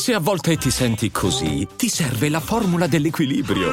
Se a volte ti senti così, ti serve la formula dell'equilibrio.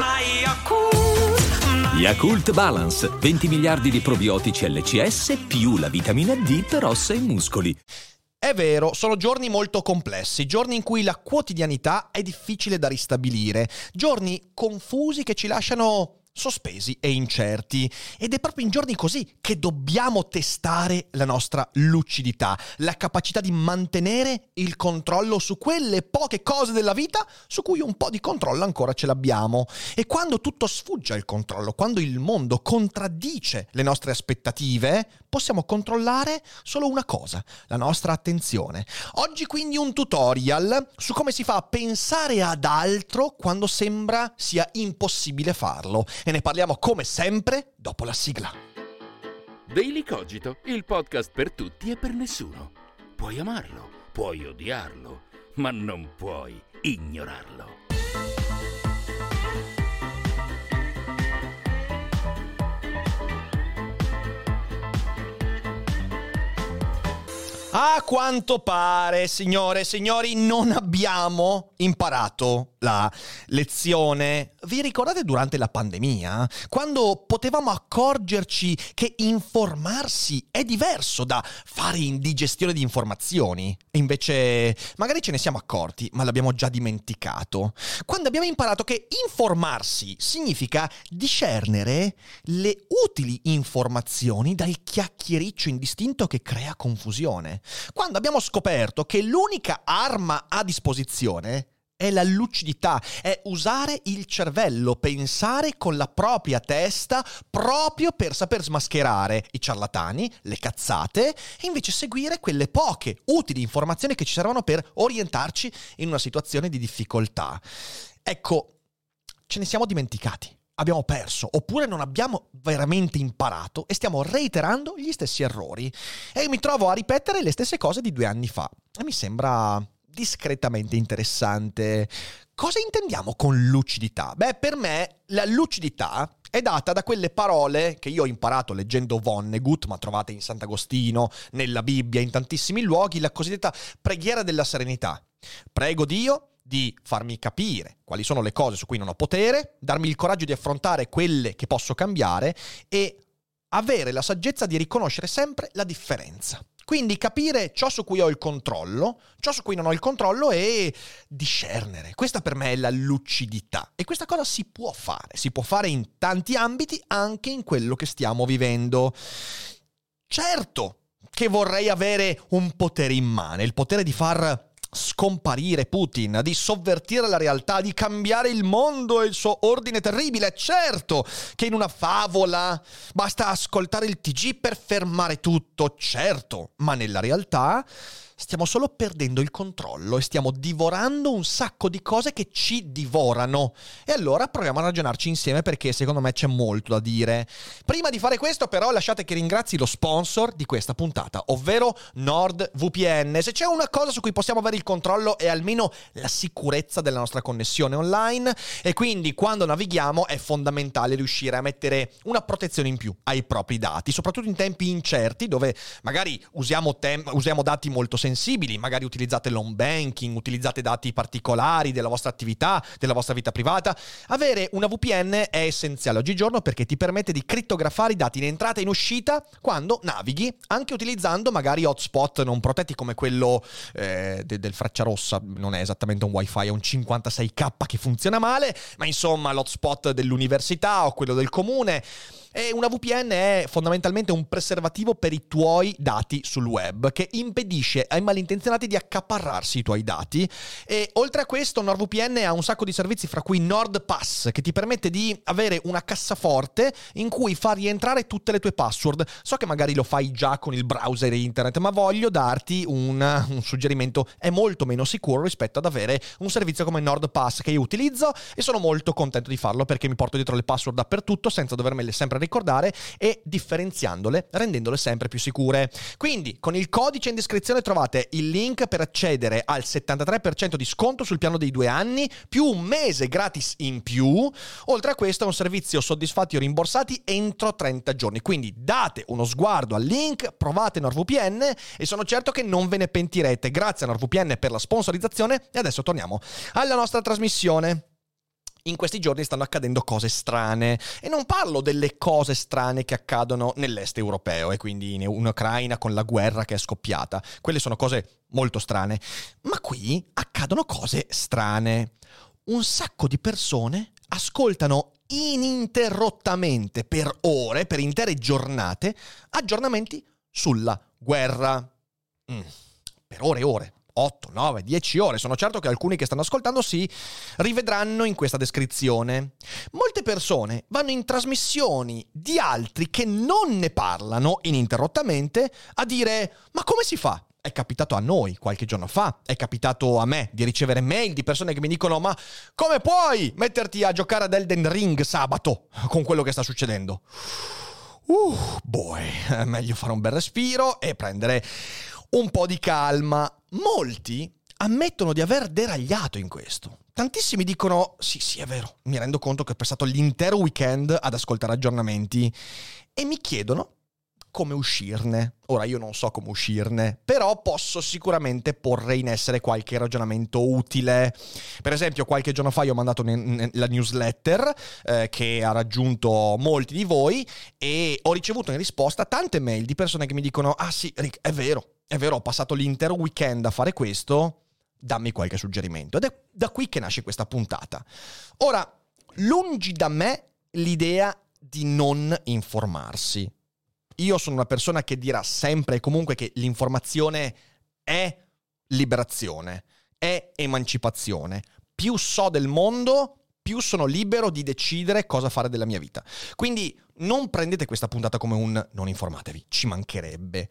Yakult Balance, 20 miliardi di probiotici LCS più la vitamina D per ossa e muscoli. È vero, sono giorni molto complessi, giorni in cui la quotidianità è difficile da ristabilire, giorni confusi che ci lasciano sospesi e incerti, ed è proprio in giorni così che dobbiamo testare la nostra lucidità, la capacità di mantenere il controllo su quelle poche cose della vita su cui un po' di controllo ancora ce l'abbiamo. E quando tutto sfugge al controllo, quando il mondo contraddice le nostre aspettative, possiamo controllare solo una cosa: la nostra attenzione. Oggi quindi un tutorial su come si fa a pensare ad altro quando sembra sia impossibile farlo. E ne parliamo come sempre dopo la sigla. Daily Cogito, il podcast per tutti e per nessuno. Puoi amarlo, puoi odiarlo, ma non puoi ignorarlo. A quanto pare, signore e signori, non abbiamo imparato la lezione. Vi ricordate durante la pandemia, quando potevamo accorgerci che informarsi è diverso da fare indigestione di informazioni? E invece magari ce ne siamo accorti, ma l'abbiamo già dimenticato. Quando abbiamo imparato che informarsi significa discernere le utili informazioni dal chiacchiericcio indistinto che crea confusione. Quando abbiamo scoperto che l'unica arma a disposizione è la lucidità, è usare il cervello, pensare con la propria testa proprio per saper smascherare i ciarlatani, le cazzate, e invece seguire quelle poche utili informazioni che ci servono per orientarci in una situazione di difficoltà. Ecco, ce ne siamo dimenticati. Abbiamo perso, oppure non abbiamo veramente imparato e stiamo reiterando gli stessi errori. E mi trovo a ripetere le stesse cose di 2 anni fa. E mi sembra discretamente interessante. Cosa intendiamo con lucidità? Beh, per me la lucidità è data da quelle parole che io ho imparato leggendo Vonnegut, ma trovate in Sant'Agostino, nella Bibbia, in tantissimi luoghi, la cosiddetta preghiera della serenità. Prego Dio di farmi capire quali sono le cose su cui non ho potere, darmi il coraggio di affrontare quelle che posso cambiare e avere la saggezza di riconoscere sempre la differenza. Quindi capire ciò su cui ho il controllo, ciò su cui non ho il controllo e discernere. Questa per me è la lucidità. E questa cosa si può fare in tanti ambiti, anche in quello che stiamo vivendo. Certo che vorrei avere un potere immane, il potere di far scomparire Putin, di sovvertire la realtà, di cambiare il mondo e il suo ordine terribile. Certo che in una favola basta ascoltare il TG per fermare tutto, certo, ma nella realtà stiamo solo perdendo il controllo e stiamo divorando un sacco di cose che ci divorano. E allora proviamo a ragionarci insieme, perché secondo me c'è molto da dire. Prima di fare questo però lasciate che ringrazi lo sponsor di questa puntata, ovvero NordVPN. Se c'è una cosa su cui possiamo avere il controllo è almeno la sicurezza della nostra connessione online, e quindi quando navighiamo è fondamentale riuscire a mettere una protezione in più ai propri dati, soprattutto in tempi incerti dove magari usiamo dati molto sensibili, magari utilizzate l'home banking, utilizzate dati particolari della vostra attività, della vostra vita privata. Avere una VPN è essenziale oggigiorno perché ti permette di crittografare i dati in entrata e in uscita quando navighi, anche utilizzando magari hotspot non protetti come quello del Frecciarossa. Non è esattamente un wifi, è un 56K che funziona male, ma insomma l'hotspot dell'università o quello del comune. E una VPN è fondamentalmente un preservativo per i tuoi dati sul web che impedisce ai malintenzionati di accaparrarsi i tuoi dati. E oltre a questo NordVPN ha un sacco di servizi, fra cui NordPass, che ti permette di avere una cassaforte in cui far rientrare tutte le tue password. So che magari lo fai già con il browser e internet, ma voglio darti un suggerimento: è molto meno sicuro rispetto ad avere un servizio come NordPass, che io utilizzo e sono molto contento di farlo perché mi porto dietro le password dappertutto senza dovermele sempre ricordare e differenziandole, rendendole sempre più sicure. Quindi con il codice in descrizione trovate il link per accedere al 73% di sconto sul piano dei 2 anni, più un mese gratis in più. Oltre a questo è un servizio soddisfatti o rimborsati entro 30 giorni. Quindi date uno sguardo al link, provate NordVPN e sono certo che non ve ne pentirete. Grazie a NordVPN per la sponsorizzazione e adesso torniamo alla nostra trasmissione. In questi giorni stanno accadendo cose strane e non parlo delle cose strane che accadono nell'est europeo e quindi in Ucraina con la guerra che è scoppiata. Quelle sono cose molto strane, ma qui accadono cose strane. Un sacco di persone ascoltano ininterrottamente per ore, per intere giornate, aggiornamenti sulla guerra. Per ore e ore. 8, 9, 10 ore. Sono certo che alcuni che stanno ascoltando si rivedranno in questa descrizione. Molte persone vanno in trasmissioni di altri che non ne parlano ininterrottamente a dire: ma come si fa? È capitato a noi qualche giorno fa, è capitato a me di ricevere mail di persone che mi dicono: ma come puoi metterti a giocare ad Elden Ring sabato con quello che sta succedendo? È meglio fare un bel respiro e prendere un po' di calma. Molti ammettono di aver deragliato in questo. Tantissimi dicono: sì, è vero, mi rendo conto che ho passato l'intero weekend ad ascoltare aggiornamenti, e mi chiedono come uscirne. Ora io non so come uscirne, però posso sicuramente porre in essere qualche ragionamento utile. Per esempio, qualche giorno fa io ho mandato la newsletter che ha raggiunto molti di voi e ho ricevuto in risposta tante mail di persone che mi dicono: ah sì, Rick, è vero, ho passato l'intero weekend a fare questo, dammi qualche suggerimento. Ed è da qui che nasce questa puntata. Ora, lungi da me l'idea di non informarsi. Io sono una persona che dirà sempre e comunque che l'informazione è liberazione, è emancipazione. Più so del mondo, più sono libero di decidere cosa fare della mia vita. Quindi non prendete questa puntata come un non informatevi, ci mancherebbe.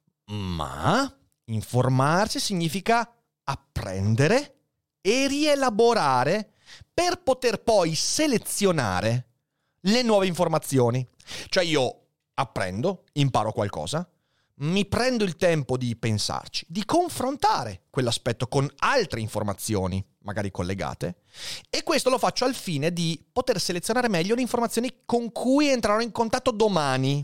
Ma informarsi significa apprendere e rielaborare per poter poi selezionare le nuove informazioni. Cioè io apprendo, imparo qualcosa, mi prendo il tempo di pensarci, di confrontare quell'aspetto con altre informazioni, magari collegate, e questo lo faccio al fine di poter selezionare meglio le informazioni con cui entrerò in contatto domani.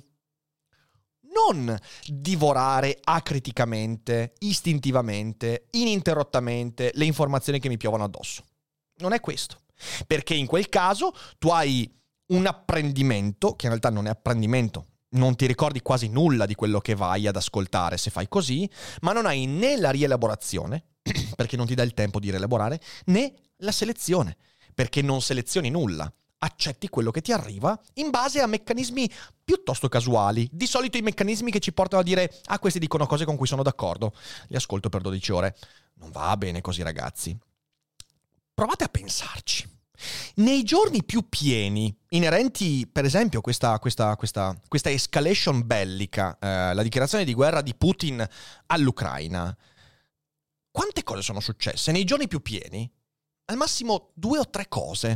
Non divorare acriticamente, istintivamente, ininterrottamente le informazioni che mi piovono addosso. Non è questo. Perché in quel caso tu hai un apprendimento, che in realtà non è apprendimento, non ti ricordi quasi nulla di quello che vai ad ascoltare se fai così, ma non hai né la rielaborazione, perché non ti dà il tempo di rielaborare, né la selezione, perché non selezioni nulla. Accetti quello che ti arriva in base a meccanismi piuttosto casuali. Di solito i meccanismi che ci portano a dire: ah, questi dicono cose con cui sono d'accordo, li ascolto per 12 ore. Non va bene così, ragazzi. Provate a pensarci. Nei giorni più pieni, inerenti per esempio a questa escalation bellica, la dichiarazione di guerra di Putin all'Ucraina, quante cose sono successe? Nei giorni più pieni, al massimo 2 o 3 cose.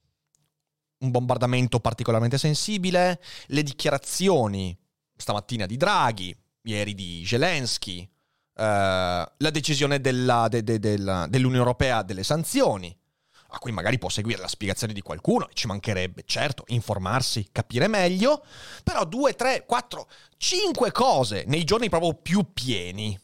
Un bombardamento particolarmente sensibile, le dichiarazioni stamattina di Draghi, ieri di Zelensky, la decisione dell'Unione Europea delle sanzioni, a cui magari può seguire la spiegazione di qualcuno, ci mancherebbe, certo, informarsi, capire meglio, però 2, 3, 4, 5 cose nei giorni proprio più pieni.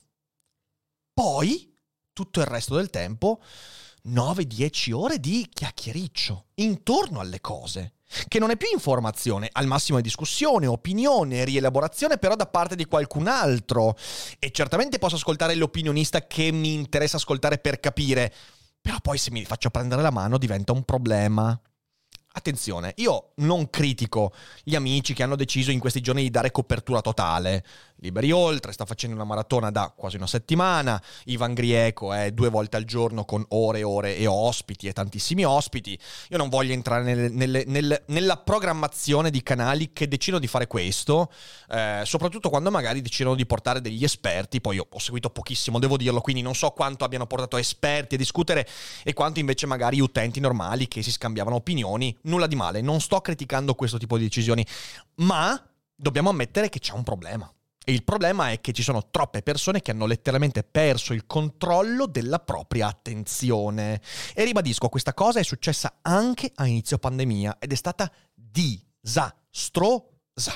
Poi, tutto il resto del tempo, 9-10 ore di chiacchiericcio intorno alle cose, che non è più informazione, al massimo è discussione, opinione, rielaborazione però da parte di qualcun altro. E certamente posso ascoltare l'opinionista che mi interessa ascoltare per capire, però poi se mi faccio prendere la mano diventa un problema. Attenzione, io non critico gli amici che hanno deciso in questi giorni di dare copertura totale. Liberi Oltre sta facendo una maratona da quasi una settimana, Ivan Grieco è 2 volte al giorno con ore e ore e ospiti e tantissimi ospiti. Io non voglio entrare nella programmazione di canali che decidono di fare questo, soprattutto quando magari decidono di portare degli esperti. Poi io ho seguito pochissimo, devo dirlo, quindi non so quanto abbiano portato esperti a discutere e quanto invece magari utenti normali che si scambiavano opinioni nulla di male, non sto criticando questo tipo di decisioni, ma dobbiamo ammettere che c'è un problema. E il problema è che ci sono troppe persone che hanno letteralmente perso il controllo della propria attenzione. E ribadisco, questa cosa è successa anche a inizio pandemia ed è stata disastrosa.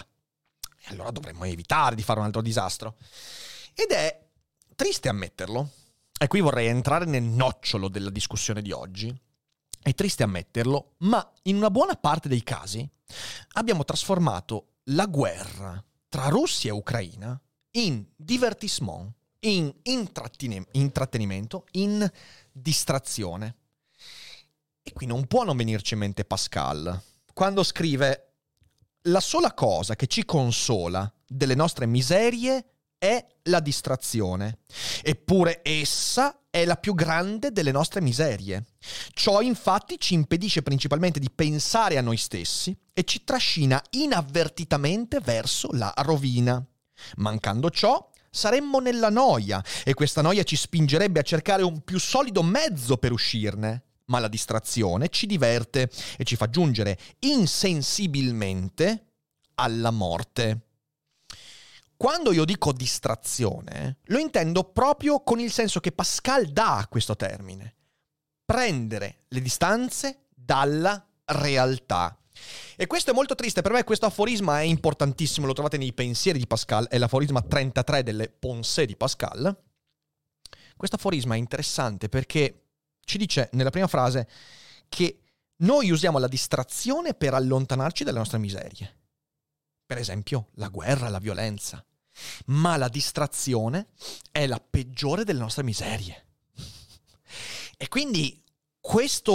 E allora dovremmo evitare di fare un altro disastro. Ed è triste ammetterlo. E qui vorrei entrare nel nocciolo della discussione di oggi. È triste ammetterlo, ma in una buona parte dei casi abbiamo trasformato la guerra tra Russia e Ucraina in divertissement, in intrattenimento, in distrazione. E qui non può non venirci in mente Pascal, quando scrive: la sola cosa che ci consola delle nostre miserie è la distrazione, eppure essa è la più grande delle nostre miserie. Ciò infatti ci impedisce principalmente di pensare a noi stessi e ci trascina inavvertitamente verso la rovina. Mancando ciò, saremmo nella noia e questa noia ci spingerebbe a cercare un più solido mezzo per uscirne. Ma la distrazione ci diverte e ci fa giungere insensibilmente alla morte. Quando io dico distrazione, lo intendo proprio con il senso che Pascal dà a questo termine: prendere le distanze dalla realtà. E questo è molto triste, per me questo aforisma è importantissimo, lo trovate nei pensieri di Pascal, è l'aforisma 33 delle Pensées di Pascal. Questo aforisma è interessante perché ci dice nella prima frase che noi usiamo la distrazione per allontanarci dalle nostre miserie. Per esempio, la guerra, la violenza. Ma la distrazione è la peggiore delle nostre miserie. E quindi questa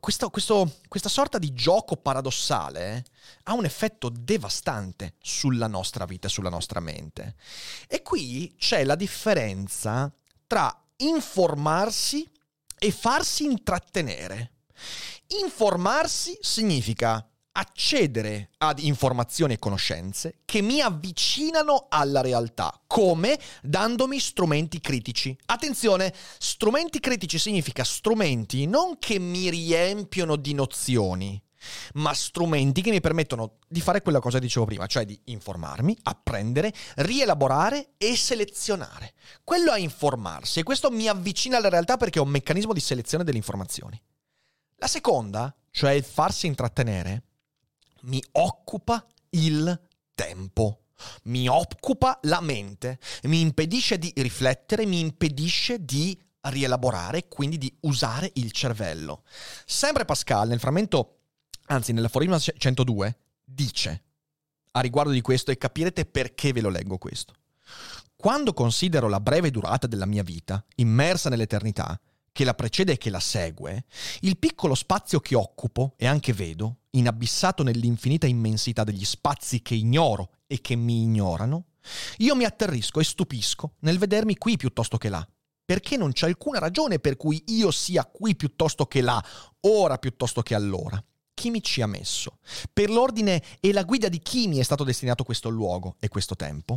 sorta di gioco paradossale ha un effetto devastante sulla nostra vita e sulla nostra mente. E qui c'è la differenza tra informarsi e farsi intrattenere. Informarsi significa accedere ad informazioni e conoscenze che mi avvicinano alla realtà, come dandomi strumenti critici. Attenzione, strumenti critici significa strumenti non che mi riempiono di nozioni, ma strumenti che mi permettono di fare quella cosa che dicevo prima, cioè di informarmi, apprendere, rielaborare e selezionare. Quello è informarsi e questo mi avvicina alla realtà perché è un meccanismo di selezione delle informazioni. La seconda, cioè il farsi intrattenere, mi occupa il tempo, mi occupa la mente, mi impedisce di riflettere, mi impedisce di rielaborare, quindi di usare il cervello. Sempre Pascal, nell'aforisma 102, dice a riguardo di questo, e capirete perché ve lo leggo questo: quando considero la breve durata della mia vita, immersa nell'eternità, che la precede e che la segue, il piccolo spazio che occupo e anche vedo, inabissato nell'infinita immensità degli spazi che ignoro e che mi ignorano, io mi atterrisco e stupisco nel vedermi qui piuttosto che là, perché non c'è alcuna ragione per cui io sia qui piuttosto che là, ora piuttosto che allora. Chi mi ci ha messo? Per l'ordine e la guida di chi mi è stato destinato questo luogo e questo tempo?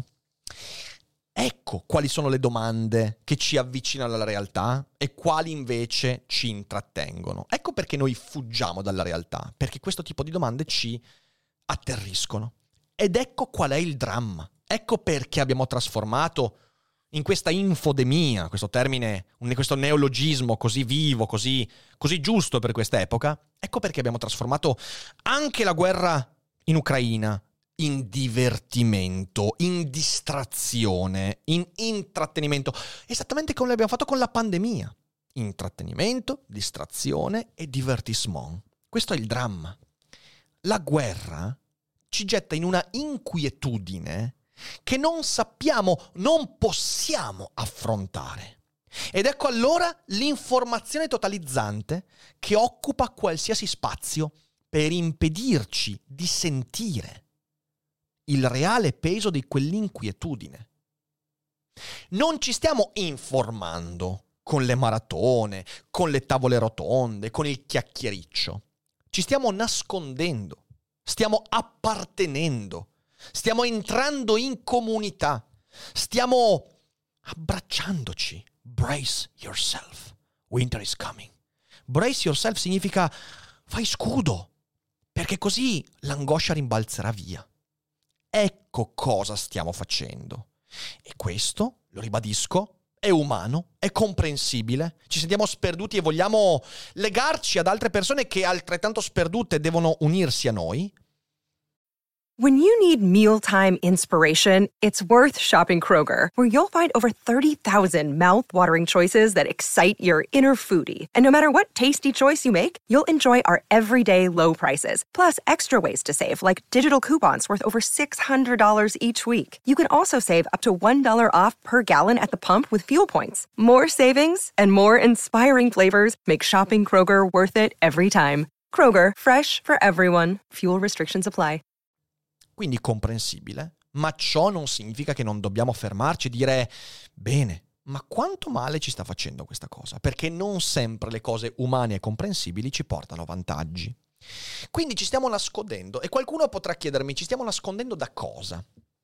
Ecco quali sono le domande che ci avvicinano alla realtà e quali invece ci intrattengono. Ecco perché noi fuggiamo dalla realtà, perché questo tipo di domande ci atterriscono. Ed ecco qual è il dramma. Ecco perché abbiamo trasformato in questa infodemia, questo termine, questo neologismo così vivo, così giusto per questa epoca, ecco perché abbiamo trasformato anche la guerra in Ucraina in divertimento, in distrazione, in intrattenimento, esattamente come l'abbiamo fatto con la pandemia. Intrattenimento, distrazione e divertissement. Questo è il dramma. La guerra ci getta in una inquietudine che non sappiamo, non possiamo affrontare. Ed ecco allora l'informazione totalizzante che occupa qualsiasi spazio per impedirci di sentire il reale peso di quell'inquietudine. Non ci stiamo informando con le maratone, con le tavole rotonde, con il chiacchiericcio. Ci stiamo nascondendo, stiamo appartenendo, stiamo entrando in comunità, stiamo abbracciandoci. Brace yourself. Winter is coming. Brace yourself significa fai scudo, perché così l'angoscia rimbalzerà via. Ecco cosa stiamo facendo. E questo, lo ribadisco, è umano, è comprensibile. Ci sentiamo sperduti e vogliamo legarci ad altre persone che altrettanto sperdute devono unirsi a noi. When you need mealtime inspiration, it's worth shopping Kroger, where you'll find over 30,000 mouth-watering choices that excite your inner foodie. And no matter what tasty choice you make, you'll enjoy our everyday low prices, plus extra ways to save, like digital coupons worth over $600 each week. You can also save up to $1 off per gallon at the pump with fuel points. More savings and more inspiring flavors make shopping Kroger worth it every time. Kroger, fresh for everyone. Fuel restrictions apply. Quindi comprensibile, ma ciò non significa che non dobbiamo fermarci e dire bene, ma quanto male ci sta facendo questa cosa? Perché non sempre le cose umane e comprensibili ci portano vantaggi. Quindi ci stiamo nascondendo e qualcuno potrà chiedermi, ci stiamo nascondendo da cosa?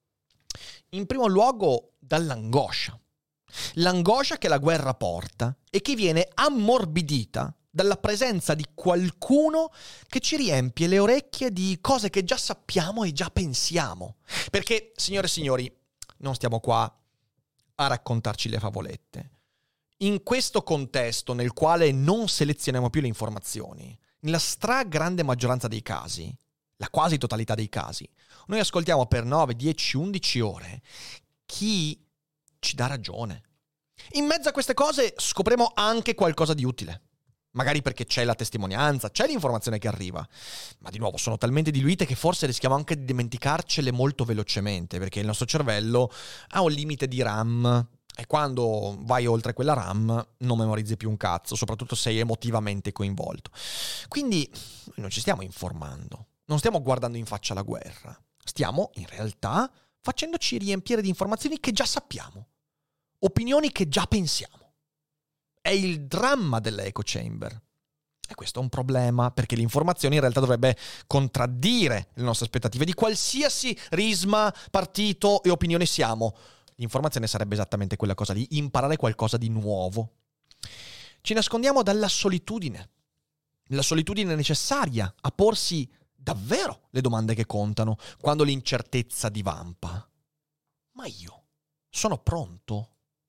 In primo luogo dall'angoscia. L'angoscia che la guerra porta e che viene ammorbidita dalla presenza di qualcuno che ci riempie le orecchie di cose che già sappiamo e già pensiamo. Perché, signore e signori, non stiamo qua a raccontarci le favolette. In questo contesto nel quale non selezioniamo più le informazioni, nella stragrande maggioranza dei casi, la quasi totalità dei casi, noi ascoltiamo per 9, 10, 11 ore chi ci dà ragione. In mezzo a queste cose scopriamo anche qualcosa di utile. Magari perché c'è la testimonianza, c'è l'informazione che arriva. Ma di nuovo, sono talmente diluite che forse rischiamo anche di dimenticarcele molto velocemente, perché il nostro cervello ha un limite di RAM e quando vai oltre quella RAM non memorizzi più un cazzo, soprattutto se sei emotivamente coinvolto. Quindi noi non ci stiamo informando, non stiamo guardando in faccia la guerra. Stiamo, in realtà, facendoci riempire di informazioni che già sappiamo, opinioni che già pensiamo. È il dramma dell'echo chamber. E questo è un problema, perché l'informazione in realtà dovrebbe contraddire le nostre aspettative di qualsiasi risma, partito e opinione siamo. L'informazione sarebbe esattamente quella cosa lì, imparare qualcosa di nuovo. Ci nascondiamo dalla solitudine. La solitudine necessaria a porsi davvero le domande che contano quando l'incertezza divampa. Ma io sono pronto?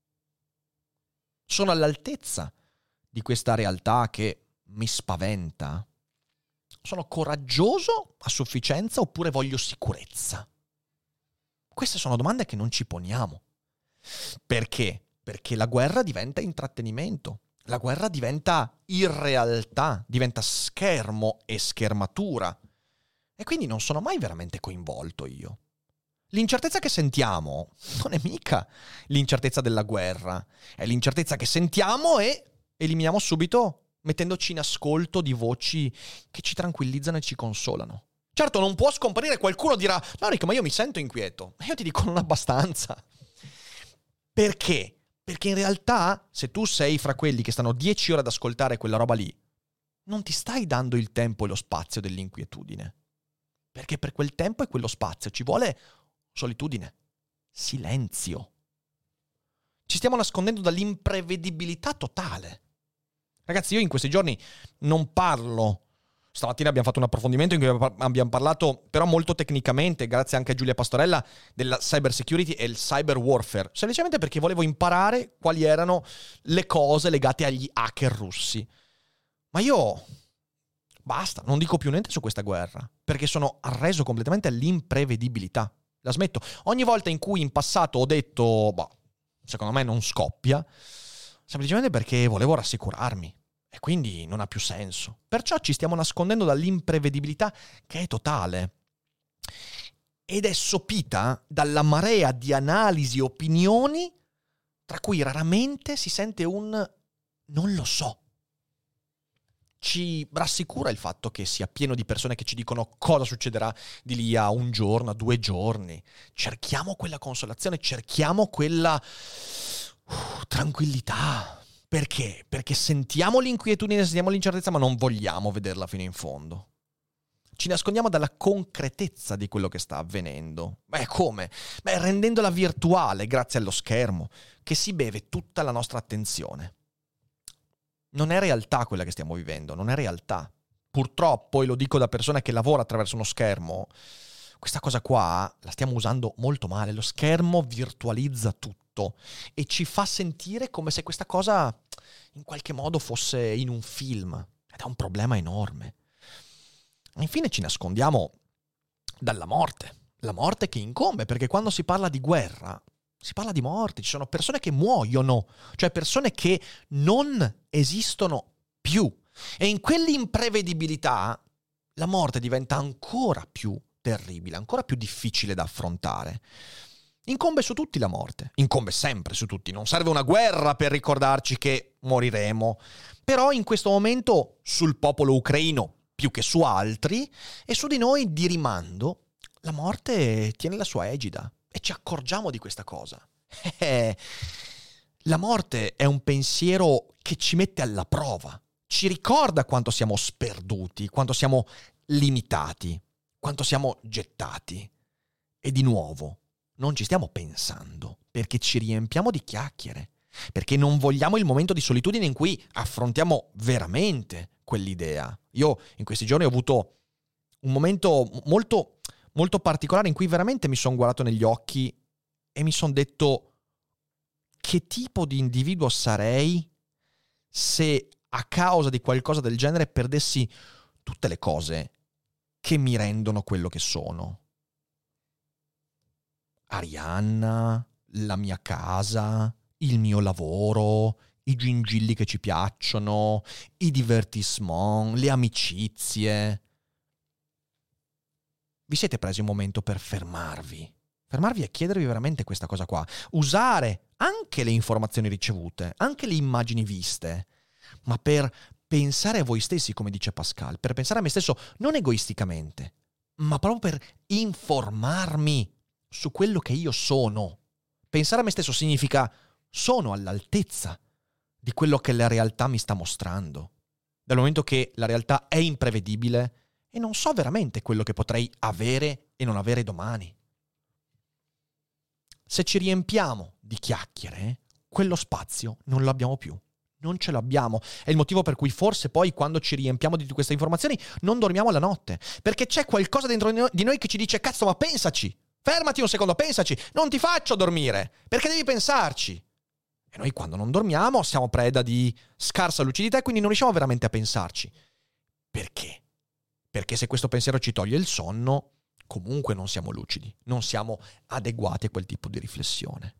Sono all'altezza di questa realtà che mi spaventa? Sono coraggioso a sufficienza oppure voglio sicurezza? Queste sono domande che non ci poniamo. Perché? Perché la guerra diventa intrattenimento. La guerra diventa irrealtà, diventa schermo e schermatura. E quindi non sono mai veramente coinvolto io. L'incertezza che sentiamo non è mica l'incertezza della guerra, è l'incertezza che sentiamo e eliminiamo subito mettendoci in ascolto di voci che ci tranquillizzano e ci consolano. Certo, non può scomparire, qualcuno dirà no Rick, ma io mi sento inquieto. E io ti dico non abbastanza. Perché? Perché in realtà se tu sei fra quelli che stanno 10 ore ad ascoltare quella roba lì, non ti stai dando il tempo e lo spazio dell'inquietudine. Perché per quel tempo e quello spazio ci vuole solitudine, silenzio. Ci stiamo nascondendo dall'imprevedibilità totale. Ragazzi, io in questi giorni non parlo. Stamattina abbiamo fatto un approfondimento in cui abbiamo parlato, però molto tecnicamente, grazie anche a Giulia Pastorella, della cyber security e il cyber warfare, semplicemente perché volevo imparare quali erano le cose legate agli hacker russi. Ma io basta, non dico più niente su questa guerra, perché sono arreso completamente all'imprevedibilità. La smetto. Ogni volta in cui in passato ho detto, secondo me non scoppia, semplicemente perché volevo rassicurarmi. E quindi non ha più senso. Perciò ci stiamo nascondendo dall'imprevedibilità che è totale. Ed è sopita dalla marea di analisi e opinioni, tra cui raramente si sente un non lo so. Ci rassicura il fatto che sia pieno di persone che ci dicono cosa succederà di lì a un giorno, a 2 giorni. Cerchiamo quella consolazione, cerchiamo quella tranquillità. Perché? Perché sentiamo l'inquietudine, sentiamo l'incertezza, ma non vogliamo vederla fino in fondo. Ci nascondiamo dalla concretezza di quello che sta avvenendo. Come? Rendendola virtuale grazie allo schermo, che si beve tutta la nostra attenzione. Non è realtà quella che stiamo vivendo, non è realtà. purtroppo, e lo dico da persona che lavora attraverso uno schermo, questa cosa qua la stiamo usando molto male. Lo schermo virtualizza tutto e ci fa sentire come se questa cosa in qualche modo fosse in un film, ed è un problema enorme. Infine ci nascondiamo dalla morte. La morte che incombe, perché quando si parla di guerra si parla di morte, ci sono persone che muoiono, cioè persone che non esistono più. E in quell'imprevedibilità la morte diventa ancora più terribile, ancora più difficile da affrontare. Incombe su tutti la morte, incombe sempre su tutti, non serve una guerra per ricordarci che moriremo, però in questo momento sul popolo ucraino più che su altri e su di noi di rimando la morte tiene la sua egida e ci accorgiamo di questa cosa. La morte è un pensiero che ci mette alla prova, ci ricorda quanto siamo sperduti, quanto siamo limitati, quanto siamo gettati. E di nuovo, non ci stiamo pensando, perché ci riempiamo di chiacchiere, perché non vogliamo il momento di solitudine in cui affrontiamo veramente quell'idea. Io in questi giorni ho avuto un momento molto, molto particolare in cui veramente mi sono guardato negli occhi e mi sono detto: che tipo di individuo sarei se a causa di qualcosa del genere perdessi tutte le cose che mi rendono quello che sono. Arianna, la mia casa, il mio lavoro, i gingilli che ci piacciono, i divertissement, le amicizie. Vi siete presi un momento per fermarvi e chiedervi veramente questa cosa qua? Usare anche le informazioni ricevute, anche le immagini viste, ma per pensare a voi stessi, come dice Pascal, per pensare a me stesso non egoisticamente, ma proprio per informarmi su quello che io sono. Pensare a me stesso significa: sono all'altezza di quello che la realtà mi sta mostrando. Dal momento che la realtà è imprevedibile e non so veramente quello che potrei avere e non avere domani. Se ci riempiamo di chiacchiere, quello spazio non lo abbiamo più. Non ce l'abbiamo. È il motivo per cui forse poi quando ci riempiamo di queste informazioni non dormiamo la notte. Perché c'è qualcosa dentro di noi che ci dice: cazzo, ma pensaci! Fermati un secondo, pensaci! Non ti faccio dormire! Perché devi pensarci! E noi quando non dormiamo siamo preda di scarsa lucidità e quindi non riusciamo veramente a pensarci. Perché? Perché se questo pensiero ci toglie il sonno, comunque non siamo lucidi, non siamo adeguati a quel tipo di riflessione.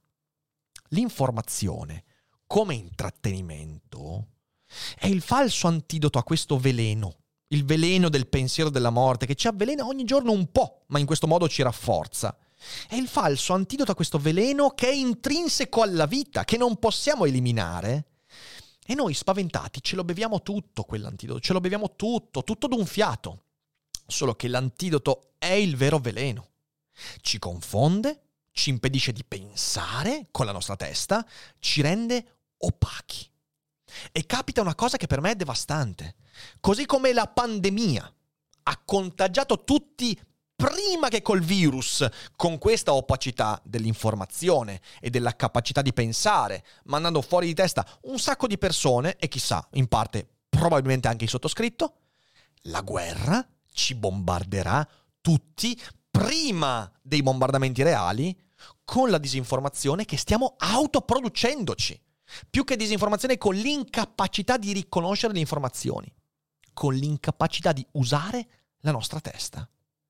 L'informazione come intrattenimento è il falso antidoto a questo veleno, il veleno del pensiero della morte che ci avvelena ogni giorno un po', ma in questo modo ci rafforza. È il falso antidoto a questo veleno che è intrinseco alla vita, che non possiamo eliminare. E noi spaventati ce lo beviamo tutto quell'antidoto, ce lo beviamo tutto d'un fiato. Solo che l'antidoto è il vero veleno. Ci confonde, ci impedisce di pensare con la nostra testa, ci rende opachi. E capita una cosa che per me è devastante. Così come la pandemia ha contagiato tutti prima che col virus, con questa opacità dell'informazione e della capacità di pensare, mandando fuori di testa un sacco di persone, e chissà, in parte probabilmente anche il sottoscritto, la guerra ci bombarderà tutti prima dei bombardamenti reali con la disinformazione che stiamo autoproducendoci. Più che disinformazione, con l'incapacità di riconoscere le informazioni, con l'incapacità di usare la nostra testa.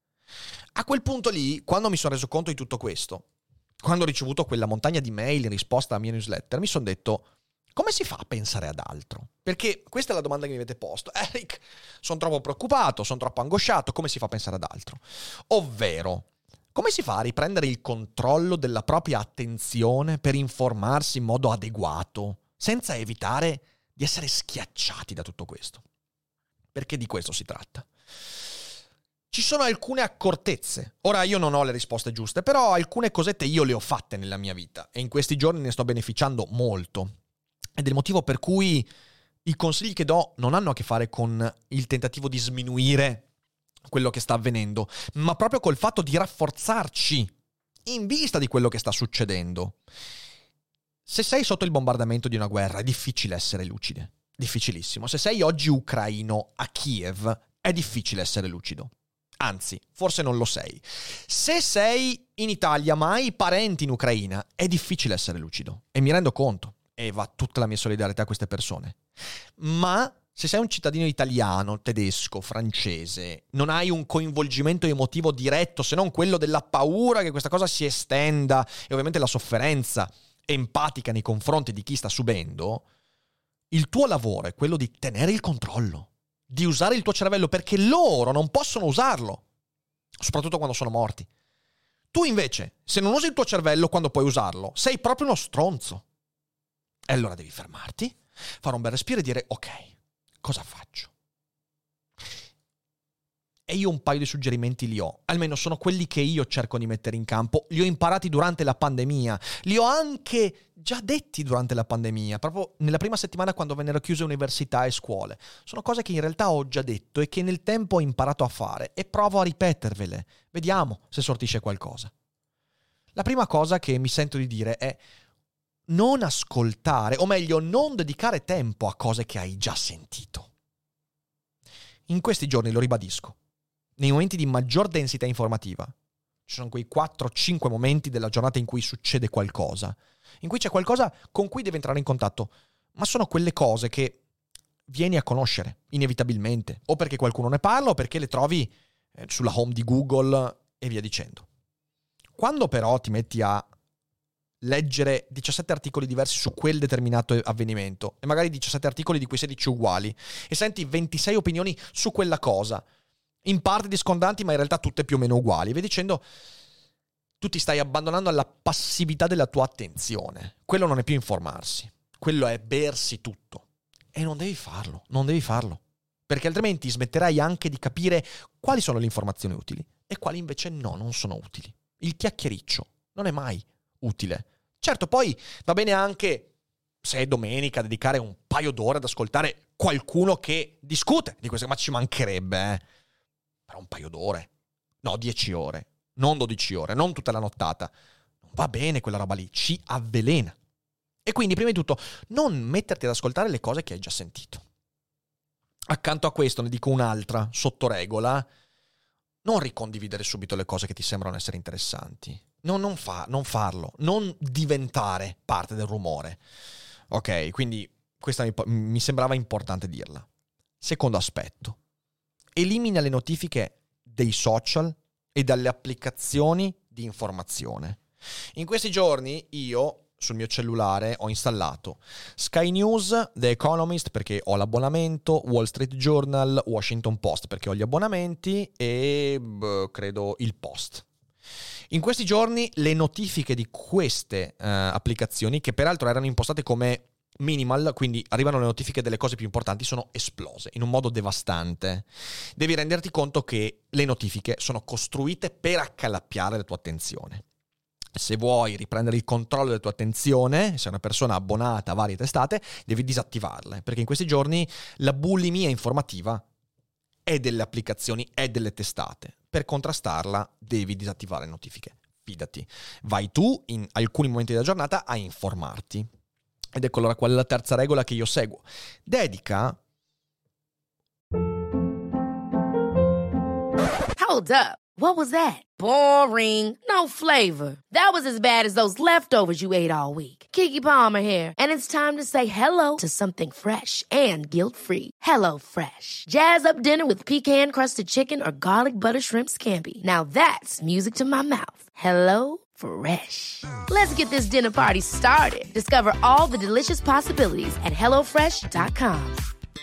A quel punto lì, quando mi sono reso conto di tutto questo, quando ho ricevuto quella montagna di mail in risposta alla mia newsletter, mi sono detto: come si fa a pensare ad altro? Perché questa è la domanda che mi avete posto. Eric, sono troppo preoccupato, sono troppo angosciato, come si fa a pensare ad altro? Ovvero, come si fa a riprendere il controllo della propria attenzione per informarsi in modo adeguato, senza evitare di essere schiacciati da tutto questo? Perché di questo si tratta. Ci sono alcune accortezze. Ora io non ho le risposte giuste, però alcune cosette io le ho fatte nella mia vita e in questi giorni ne sto beneficiando molto. Ed è il motivo per cui i consigli che do non hanno a che fare con il tentativo di sminuire quello che sta avvenendo, ma proprio col fatto di rafforzarci in vista di quello che sta succedendo. Se sei sotto il bombardamento di una guerra è difficile essere lucide, difficilissimo. Se sei oggi ucraino a Kiev è difficile essere lucido. Anzi, forse non lo sei. Se sei in Italia ma hai parenti in Ucraina, è difficile essere lucido. E mi rendo conto. E va tutta la mia solidarietà a queste persone. Ma se sei un cittadino italiano, tedesco, francese, non hai un coinvolgimento emotivo diretto, se non quello della paura che questa cosa si estenda e ovviamente la sofferenza empatica nei confronti di chi sta subendo, il tuo lavoro è quello di tenere il controllo, di usare il tuo cervello, perché loro non possono usarlo, soprattutto quando sono morti. Tu invece, se non usi il tuo cervello quando puoi usarlo, sei proprio uno stronzo. E allora devi fermarti, fare un bel respiro e dire ok, cosa faccio? E io un paio di suggerimenti li ho, almeno sono quelli che io cerco di mettere in campo, li ho imparati durante la pandemia, li ho anche già detti durante la pandemia, proprio nella prima settimana quando vennero chiuse università e scuole. Sono cose che in realtà ho già detto e che nel tempo ho imparato a fare e provo a ripetervele, vediamo se sortisce qualcosa. La prima cosa che mi sento di dire è non ascoltare, o meglio non dedicare tempo a cose che hai già sentito. In questi giorni, lo ribadisco, nei momenti di maggior densità informativa, ci sono quei 4-5 momenti della giornata in cui succede qualcosa, in cui c'è qualcosa con cui devi entrare in contatto, ma sono quelle cose che vieni a conoscere, inevitabilmente, o perché qualcuno ne parla, o perché le trovi sulla home di Google e via dicendo. Quando però ti metti a leggere 17 articoli diversi su quel determinato avvenimento, e magari 17 articoli di cui 16 uguali, e senti 26 opinioni su quella cosa, in parte discordanti ma in realtà tutte più o meno uguali, e via dicendo, tu ti stai abbandonando alla passività della tua attenzione. Quello non è più informarsi, quello è bersi tutto. E non devi farlo, perché altrimenti smetterai anche di capire quali sono le informazioni utili e quali invece non sono utili. Il chiacchiericcio non è mai utile. Certo, poi va bene anche, se è domenica, dedicare un paio d'ore ad ascoltare qualcuno che discute di questo, ma ci mancherebbe, Però un paio d'ore, no, 10 ore, non 12 ore, non tutta la nottata. Non va bene quella roba lì, ci avvelena. E quindi, prima di tutto, non metterti ad ascoltare le cose che hai già sentito. Accanto a questo, ne dico un'altra, sotto regola: non ricondividere subito le cose che ti sembrano essere interessanti. Non farlo, non diventare parte del rumore. Ok, quindi questa mi sembrava importante dirla. Secondo aspetto: elimina le notifiche dei social e dalle applicazioni di informazione. In questi giorni io sul mio cellulare ho installato Sky News, The Economist perché ho l'abbonamento, Wall Street Journal, Washington Post perché ho gli abbonamenti e credo il Post. In questi giorni le notifiche di queste applicazioni, che peraltro erano impostate come minimal, quindi arrivano le notifiche delle cose più importanti, sono esplose in un modo devastante. Devi renderti conto che le notifiche sono costruite per accalappiare la tua attenzione. Se vuoi riprendere il controllo della tua attenzione, sei una persona abbonata a varie testate, devi disattivarle, perché in questi giorni la bulimia informativa è delle applicazioni, è delle testate. Per contrastarla devi disattivare le notifiche. Fidati. Vai tu in alcuni momenti della giornata a informarti. Ed ecco allora qual è la terza regola che io seguo. Dedica... Hold up. What was that? Boring. No flavor. That was as bad as those leftovers you ate all week. Keke Palmer here, and it's time to say hello to something fresh and guilt-free. Hello Fresh. Jazz up dinner with pecan-crusted chicken or garlic butter shrimp scampi. Now that's music to my mouth. Hello Fresh. Let's get this dinner party started. Discover all the delicious possibilities at hellofresh.com.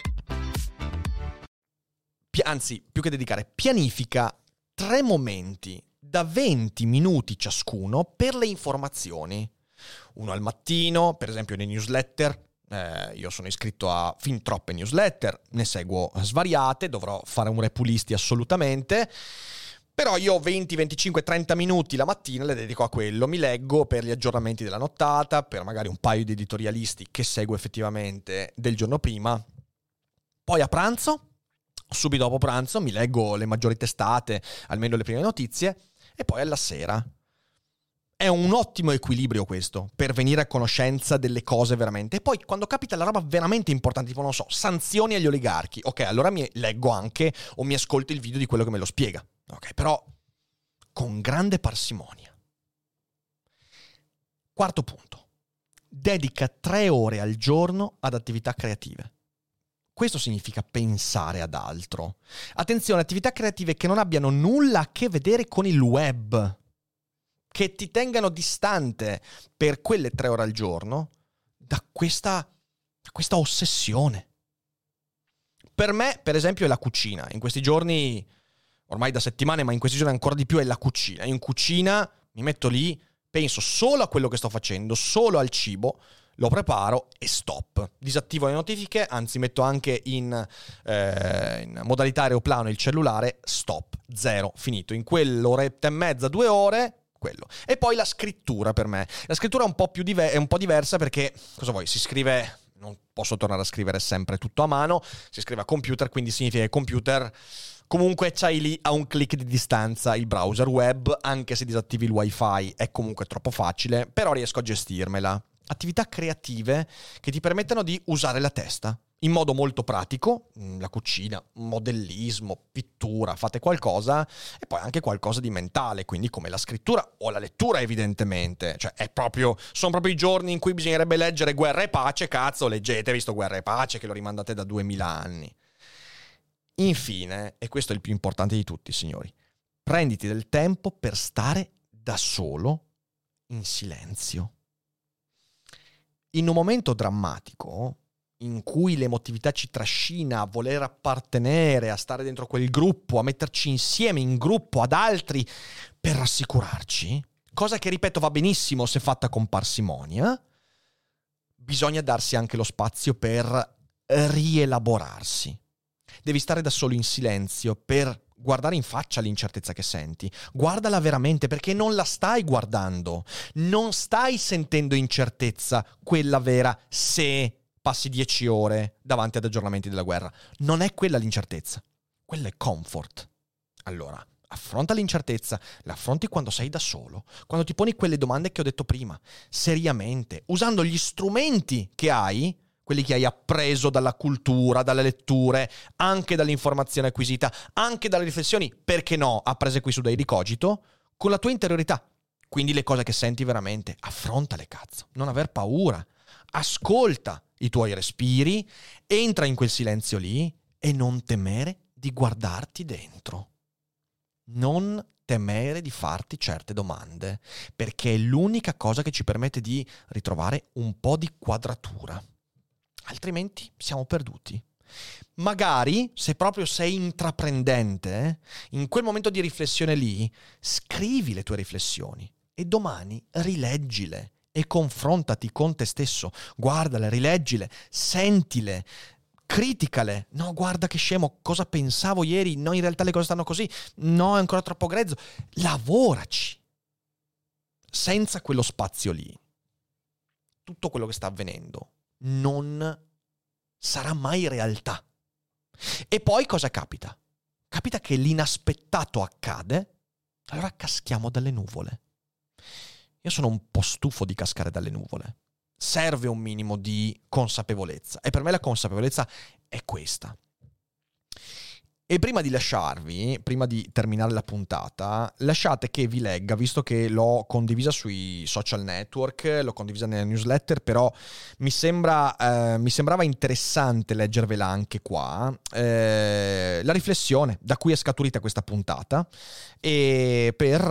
Anzi, più che dedicare, pianifica 3 momenti da 20 minuti ciascuno per le informazioni. Uno al mattino, per esempio nei newsletter. Io sono iscritto a fin troppe newsletter, ne seguo svariate, dovrò fare un repulisti assolutamente. Però io 20, 25, 30 minuti la mattina le dedico a quello. Mi leggo per gli aggiornamenti della nottata, per magari un paio di editorialisti che seguo effettivamente del giorno prima. Poi a pranzo, subito dopo pranzo, mi leggo le maggiori testate, almeno le prime notizie, e poi alla sera. È un ottimo equilibrio questo, per venire a conoscenza delle cose veramente. E poi quando capita la roba veramente importante, tipo non so, sanzioni agli oligarchi, ok, allora mi leggo anche o mi ascolto il video di quello che me lo spiega. Ok, però con grande parsimonia. Quarto punto. Dedica 3 ore al giorno ad attività creative. Questo significa pensare ad altro. Attenzione, attività creative che non abbiano nulla a che vedere con il web, che ti tengano distante per quelle 3 ore al giorno da questa ossessione. Per me, per esempio, è la cucina. In questi giorni, ormai da settimane, ma in questi giorni ancora di più, è la cucina. In cucina mi metto lì, penso solo a quello che sto facendo, solo al cibo, lo preparo e stop. Disattivo le notifiche, anzi metto anche in modalità aeroplano il cellulare, stop, zero, finito. In quell'oretta e mezza, 2 ore... quello. E poi la scrittura per me. La scrittura è un po' diversa perché, cosa vuoi, si scrive, non posso tornare a scrivere sempre tutto a mano, si scrive a computer, quindi significa che computer comunque c'hai lì a un click di distanza il browser web, anche se disattivi il wifi è comunque troppo facile, però riesco a gestirmela. Attività creative che ti permettono di usare la testa in modo molto pratico, la cucina, modellismo, pittura, fate qualcosa, e poi anche qualcosa di mentale, quindi come la scrittura o la lettura evidentemente. Cioè sono proprio i giorni in cui bisognerebbe leggere Guerra e Pace, cazzo, leggete, visto Guerra e Pace che lo rimandate da 2000 anni. Infine, e questo è il più importante di tutti, signori, prenditi del tempo per stare da solo in silenzio. In un momento drammatico, in cui l'emotività ci trascina a voler appartenere, a stare dentro quel gruppo, a metterci insieme in gruppo ad altri per rassicurarci, cosa che, ripeto, va benissimo se fatta con parsimonia, bisogna darsi anche lo spazio per rielaborarsi. Devi stare da solo in silenzio per guardare in faccia l'incertezza che senti. Guardala veramente, perché non la stai guardando. Non stai sentendo incertezza, quella vera, se passi 10 ore davanti ad aggiornamenti della guerra. Non è quella l'incertezza. Quella è comfort. Allora, affronta l'incertezza, la affronti quando sei da solo, quando ti poni quelle domande che ho detto prima, seriamente, usando gli strumenti che hai, quelli che hai appreso dalla cultura, dalle letture, anche dall'informazione acquisita, anche dalle riflessioni, perché no, apprese qui su Daily Cogito, con la tua interiorità. Quindi le cose che senti veramente, affrontale, cazzo, non aver paura, ascolta i tuoi respiri, entra in quel silenzio lì e non temere di guardarti dentro. Non temere di farti certe domande, perché è l'unica cosa che ci permette di ritrovare un po' di quadratura. Altrimenti siamo perduti. Magari, se proprio sei intraprendente, in quel momento di riflessione lì, scrivi le tue riflessioni e domani rileggile e confrontati con te stesso. Guardale, rileggile, sentile, criticale. No, guarda che scemo, cosa pensavo ieri? No, in realtà le cose stanno così. No, è ancora troppo grezzo. Lavoraci. Senza quello spazio lì, tutto quello che sta avvenendo non sarà mai realtà. E poi cosa capita? Capita che l'inaspettato accade, allora caschiamo dalle nuvole. Io sono un po' stufo di cascare dalle nuvole. Serve un minimo di consapevolezza, e per me la consapevolezza è questa. E prima di lasciarvi, prima di terminare la puntata, lasciate che vi legga, visto che l'ho condivisa sui social network, l'ho condivisa nella newsletter, però mi sembrava interessante leggervela anche qua, la riflessione da cui è scaturita questa puntata, e per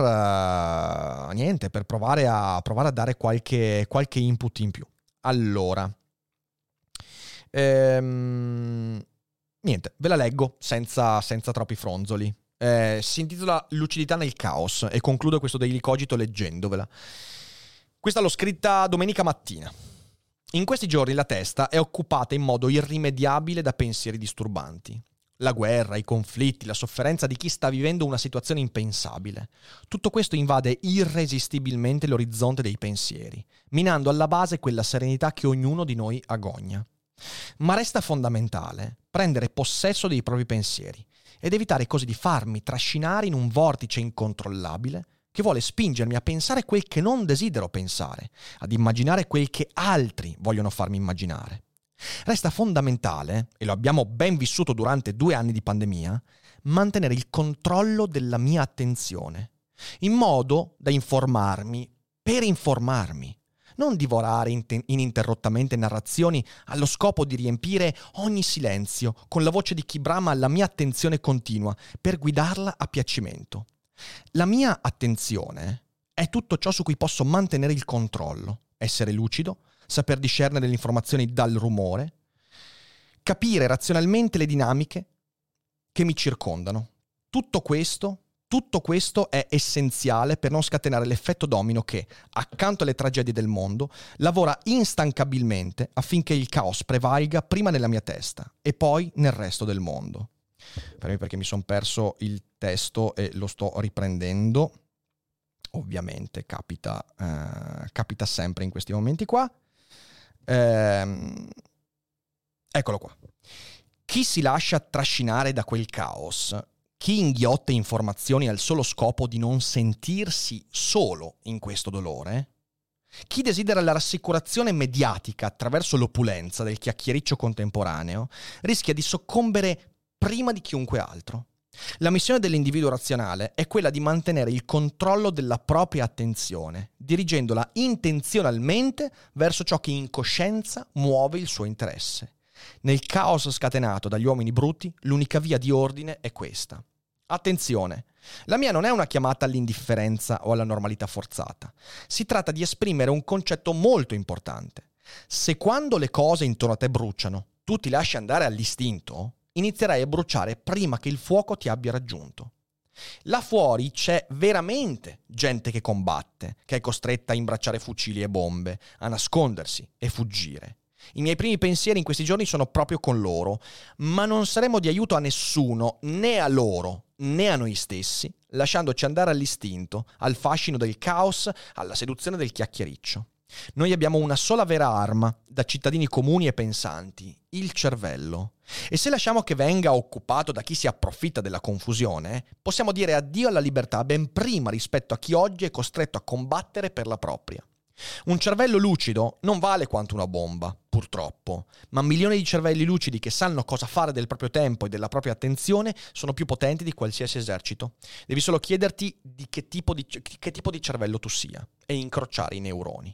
per provare a dare qualche input in più. Allora, niente, ve la leggo senza troppi fronzoli. Si intitola Lucidità nel caos e concludo questo Daily Cogito leggendovela. Questa l'ho scritta domenica mattina. In questi giorni la testa è occupata in modo irrimediabile da pensieri disturbanti. La guerra, i conflitti, la sofferenza di chi sta vivendo una situazione impensabile. Tutto questo invade irresistibilmente l'orizzonte dei pensieri, minando alla base quella serenità che ognuno di noi agogna. Ma resta fondamentale prendere possesso dei propri pensieri ed evitare così di farmi trascinare in un vortice incontrollabile che vuole spingermi a pensare quel che non desidero pensare, ad immaginare quel che altri vogliono farmi immaginare. Resta fondamentale, e lo abbiamo ben vissuto durante 2 anni di pandemia, mantenere il controllo della mia attenzione, in modo da informarmi per informarmi, non divorare ininterrottamente narrazioni allo scopo di riempire ogni silenzio con la voce di chi brama la mia attenzione continua per guidarla a piacimento. La mia attenzione è tutto ciò su cui posso mantenere il controllo, essere lucido, saper discernere le informazioni dal rumore, capire razionalmente le dinamiche che mi circondano. Tutto questo è essenziale per non scatenare l'effetto domino che, accanto alle tragedie del mondo, lavora instancabilmente affinché il caos prevalga prima nella mia testa e poi nel resto del mondo. Perché mi sono perso il testo e lo sto riprendendo. Ovviamente capita sempre in questi momenti qua. Eccolo qua. Chi si lascia trascinare da quel caos, chi inghiotte informazioni al solo scopo di non sentirsi solo in questo dolore, chi desidera la rassicurazione mediatica attraverso l'opulenza del chiacchiericcio contemporaneo, rischia di soccombere prima di chiunque altro. La missione dell'individuo razionale è quella di mantenere il controllo della propria attenzione, dirigendola intenzionalmente verso ciò che in coscienza muove il suo interesse. Nel caos scatenato dagli uomini bruti, l'unica via di ordine è questa. Attenzione, la mia non è una chiamata all'indifferenza o alla normalità forzata. Si tratta di esprimere un concetto molto importante. Se quando le cose intorno a te bruciano, tu ti lasci andare all'istinto, inizierai a bruciare prima che il fuoco ti abbia raggiunto. Là fuori c'è veramente gente che combatte, che è costretta a imbracciare fucili e bombe, a nascondersi e fuggire. I miei primi pensieri in questi giorni sono proprio con loro, ma non saremo di aiuto a nessuno, né a loro, né a noi stessi, lasciandoci andare all'istinto, al fascino del caos, alla seduzione del chiacchiericcio. Noi abbiamo una sola vera arma, da cittadini comuni e pensanti, il cervello. E se lasciamo che venga occupato da chi si approfitta della confusione, possiamo dire addio alla libertà ben prima rispetto a chi oggi è costretto a combattere per la propria. Un cervello lucido non vale quanto una bomba, purtroppo, ma milioni di cervelli lucidi che sanno cosa fare del proprio tempo e della propria attenzione sono più potenti di qualsiasi esercito. Devi solo chiederti di che tipo di cervello tu sia e incrociare i neuroni.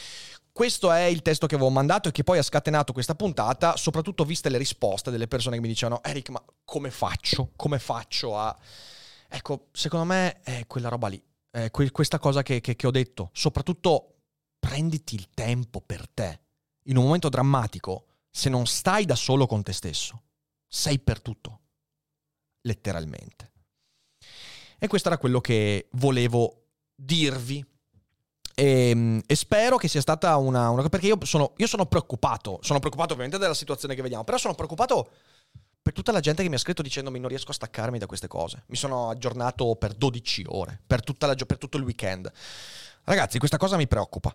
Questo è il testo che avevo mandato e che poi ha scatenato questa puntata, soprattutto viste le risposte delle persone che mi dicevano Eric, ma come faccio? Come faccio a... Ecco, secondo me è quella roba lì, questa cosa che ho detto, soprattutto prenditi il tempo per te. In un momento drammatico, se non stai da solo con te stesso, sei per tutto. Letteralmente. E questo era quello che volevo dirvi. E spero che sia stata una perché io sono preoccupato. Sono preoccupato ovviamente della situazione che vediamo, però sono preoccupato per tutta la gente che mi ha scritto dicendomi non riesco a staccarmi da queste cose. Mi sono aggiornato per 12 ore, per tutto il weekend. Ragazzi, questa cosa mi preoccupa,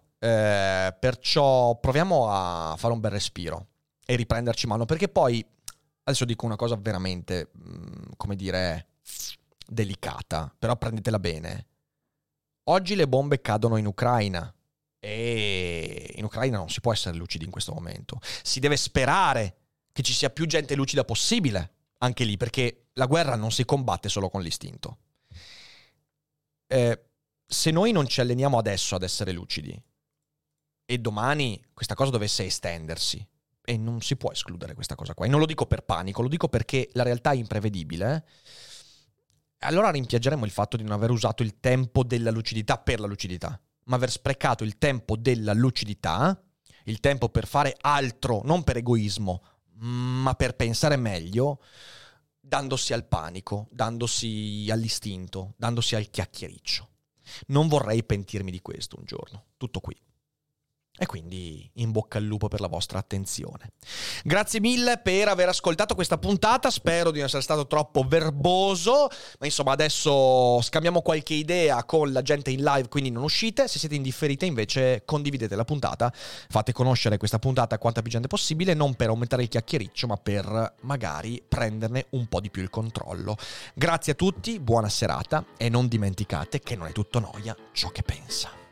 perciò proviamo a fare un bel respiro e riprenderci mano, perché poi, adesso dico una cosa veramente, come dire, delicata, però prendetela bene. Oggi le bombe cadono in Ucraina e in Ucraina non si può essere lucidi in questo momento. Si deve sperare che ci sia più gente lucida possibile, anche lì, perché la guerra non si combatte solo con l'istinto. Se noi non ci alleniamo adesso ad essere lucidi e domani questa cosa dovesse estendersi, e non si può escludere questa cosa qua, e non lo dico per panico, lo dico perché la realtà è imprevedibile, allora rimpiangeremo il fatto di non aver usato il tempo della lucidità per la lucidità, ma aver sprecato il tempo della lucidità, il tempo per fare altro, non per egoismo, ma per pensare meglio, dandosi al panico, dandosi all'istinto, dandosi al chiacchiericcio. Non vorrei pentirmi di questo un giorno. Tutto qui. E quindi in bocca al lupo per la vostra attenzione. Grazie mille per aver ascoltato questa puntata, spero di non essere stato troppo verboso, ma insomma adesso scambiamo qualche idea con la gente in live, quindi non uscite. Se siete indifferite invece condividete la puntata, fate conoscere questa puntata a quanta più gente possibile, non per aumentare il chiacchiericcio, ma per magari prenderne un po' di più il controllo. Grazie a tutti, buona serata e non dimenticate che non è tutto noia ciò che pensa.